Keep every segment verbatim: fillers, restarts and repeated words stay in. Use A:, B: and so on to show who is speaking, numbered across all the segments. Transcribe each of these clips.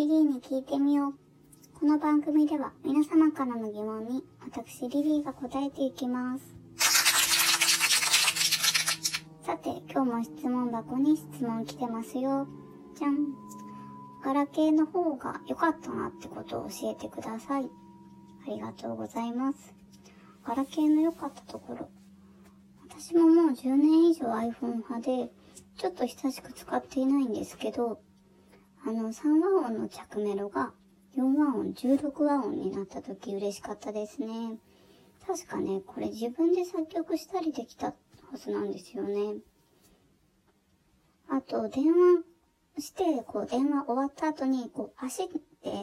A: リリーに聞いてみよう。この番組では皆様からの疑問に私リリーが答えていきます。さて、今日も質問箱に質問来てますよ。じゃん。ガラケーの方が良かったなってことを教えてください。ありがとうございます。ガラケーの良かったところ。私ももうじゅうねん以上 iPhone 派で、ちょっと久しく使っていないんですけど、あのさん和音の着メロがよん和音、じゅうろく和音になった時嬉しかったですね。確かね、これ自分で作曲したりできたはずなんですよね。あと、電話して、こう電話終わった後に、こう走って、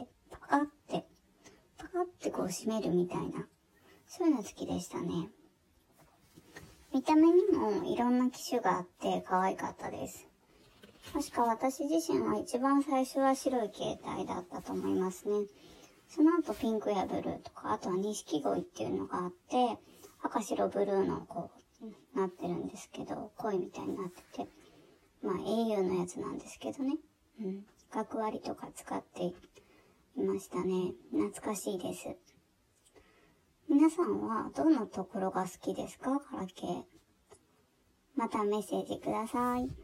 A: パカって、パカってこう閉めるみたいな。そういうの好きでしたね。見た目にもいろんな機種があって可愛かったです。確か私自身は一番最初は白い携帯だったと思いますね。その後ピンクやブルーとか、あとは錦鯉っていうのがあって、赤白ブルーのこうなってるんですけど、恋みたいになってて、まあ au のやつなんですけどね。うん。学割とか使っていましたね。懐かしいです。皆さんはどんなところが好きですか？ガラケー。またメッセージください。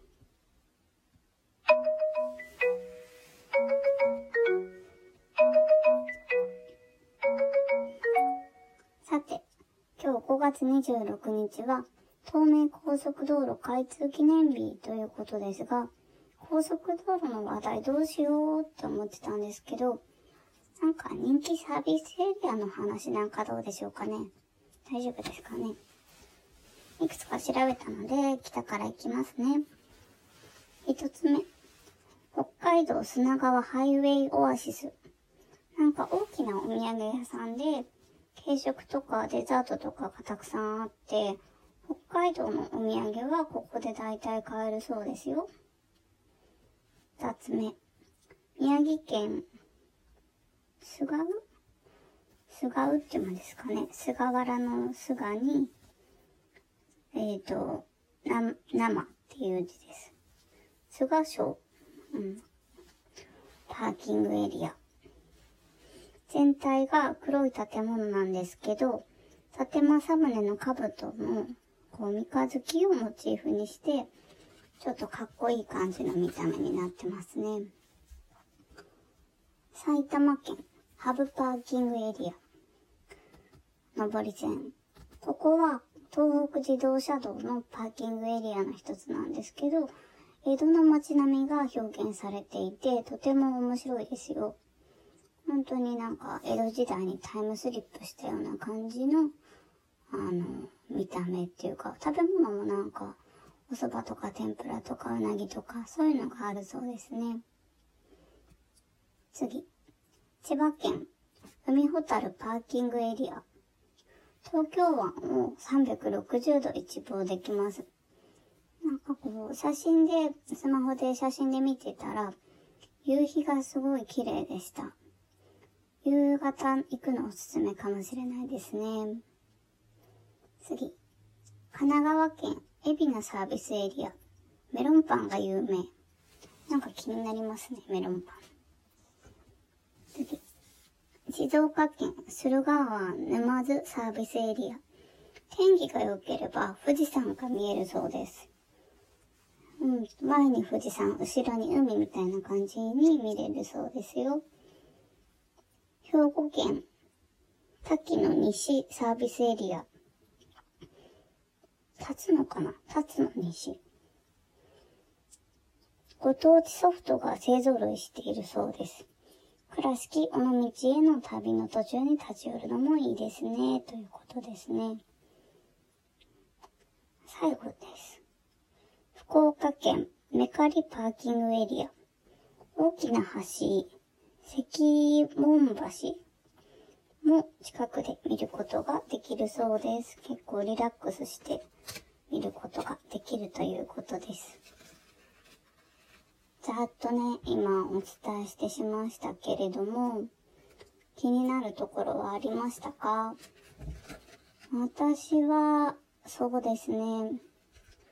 A: さて、今日ごがつにじゅうろくにちは東名高速道路開通記念日ということですが、高速道路の話題どうしようって思ってたんですけど、なんか人気サービスエリアの話なんかどうでしょうかね。大丈夫ですかね。いくつか調べたので、北から行きますね。一つ目。北海道砂川ハイウェイオアシス。なんか大きなお土産屋さんで、軽食とかデザートとかがたくさんあって、北海道のお土産はここで大体買えるそうですよ。二つ目。宮城県、菅生菅生って言うんですかね。菅原の菅に、えっと、な、生っていう字です。菅省、うん。パーキングエリア。全体が黒い建物なんですけど、伊達政宗の兜のこう三日月をモチーフにして、ちょっとかっこいい感じの見た目になってますね。埼玉県ハブパーキングエリア。上り線。ここは東北自動車道のパーキングエリアの一つなんですけど、江戸の街並みが表現されていて、とても面白いですよ。本当になんか江戸時代にタイムスリップしたような感じの、あの、見た目っていうか、食べ物もなんか、お蕎麦とか天ぷらとかうなぎとか、そういうのがあるそうですね。次。千葉県、海ほたるパーキングエリア。東京湾をさんびゃくろくじゅうど一望できます。なんかこう、写真で、スマホで写真で見てたら、夕日がすごい綺麗でした。夕方行くのおすすめかもしれないですね。次。神奈川県海老名サービスエリア。メロンパンが有名。なんか気になりますね、メロンパン。次。静岡県駿河湾沼津サービスエリア。天気が良ければ富士山が見えるそうです。うん、前に富士山、後ろに海みたいな感じに見れるそうですよ。兵庫県滝の西サービスエリア。立つのかな立つの西。ご当地ソフトが勢揃いしているそうです。倉敷尾道への旅の途中に立ち寄るのもいいですね、ということですね。最後です。福岡県メカリパーキングエリア。大きな橋、関門橋も近くで見ることができるそうです。結構リラックスして見ることができるということです。ざっとね、今お伝えしてしましたけれども、気になるところはありましたか？私は、そうですね、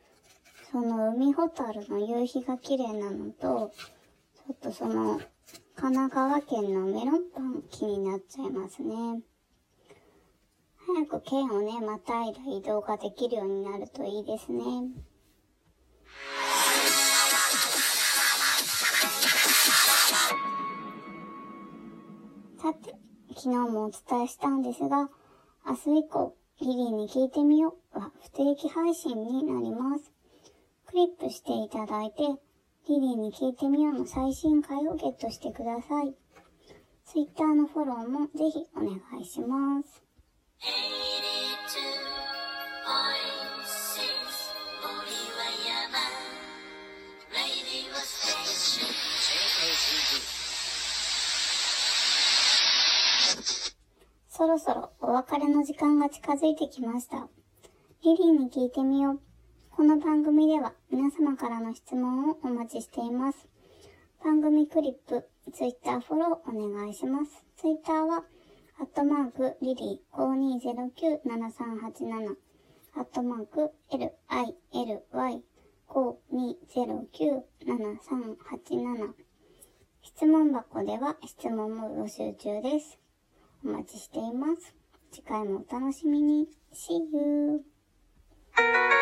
A: その海ほたるの夕日が綺麗なのと、ちょっとその神奈川県のメロンパン気になっちゃいますね。早く県をね、またいだ移動ができるようになるといいですね。さて、昨日もお伝えしたんですが、明日以降、リリーに聞いてみようは不定期配信になります。クリップしていただいて、リリーに聞いてみようの最新回をゲットしてください。ツイッターのフォローもぜひお願いします。そろそろお別れの時間が近づいてきました。リリーに聞いてみよう。この番組では皆様からの質問をお待ちしています。番組クリップ、ツイッターフォローお願いします。ツイッターは、アットマーク、リリーごにゼロきゅうななさんはちなな、アットマーク、エルアイエルワイごにゼロきゅうななさんはちなな。質問箱では質問も募集中です。お待ちしています。次回もお楽しみに。See you!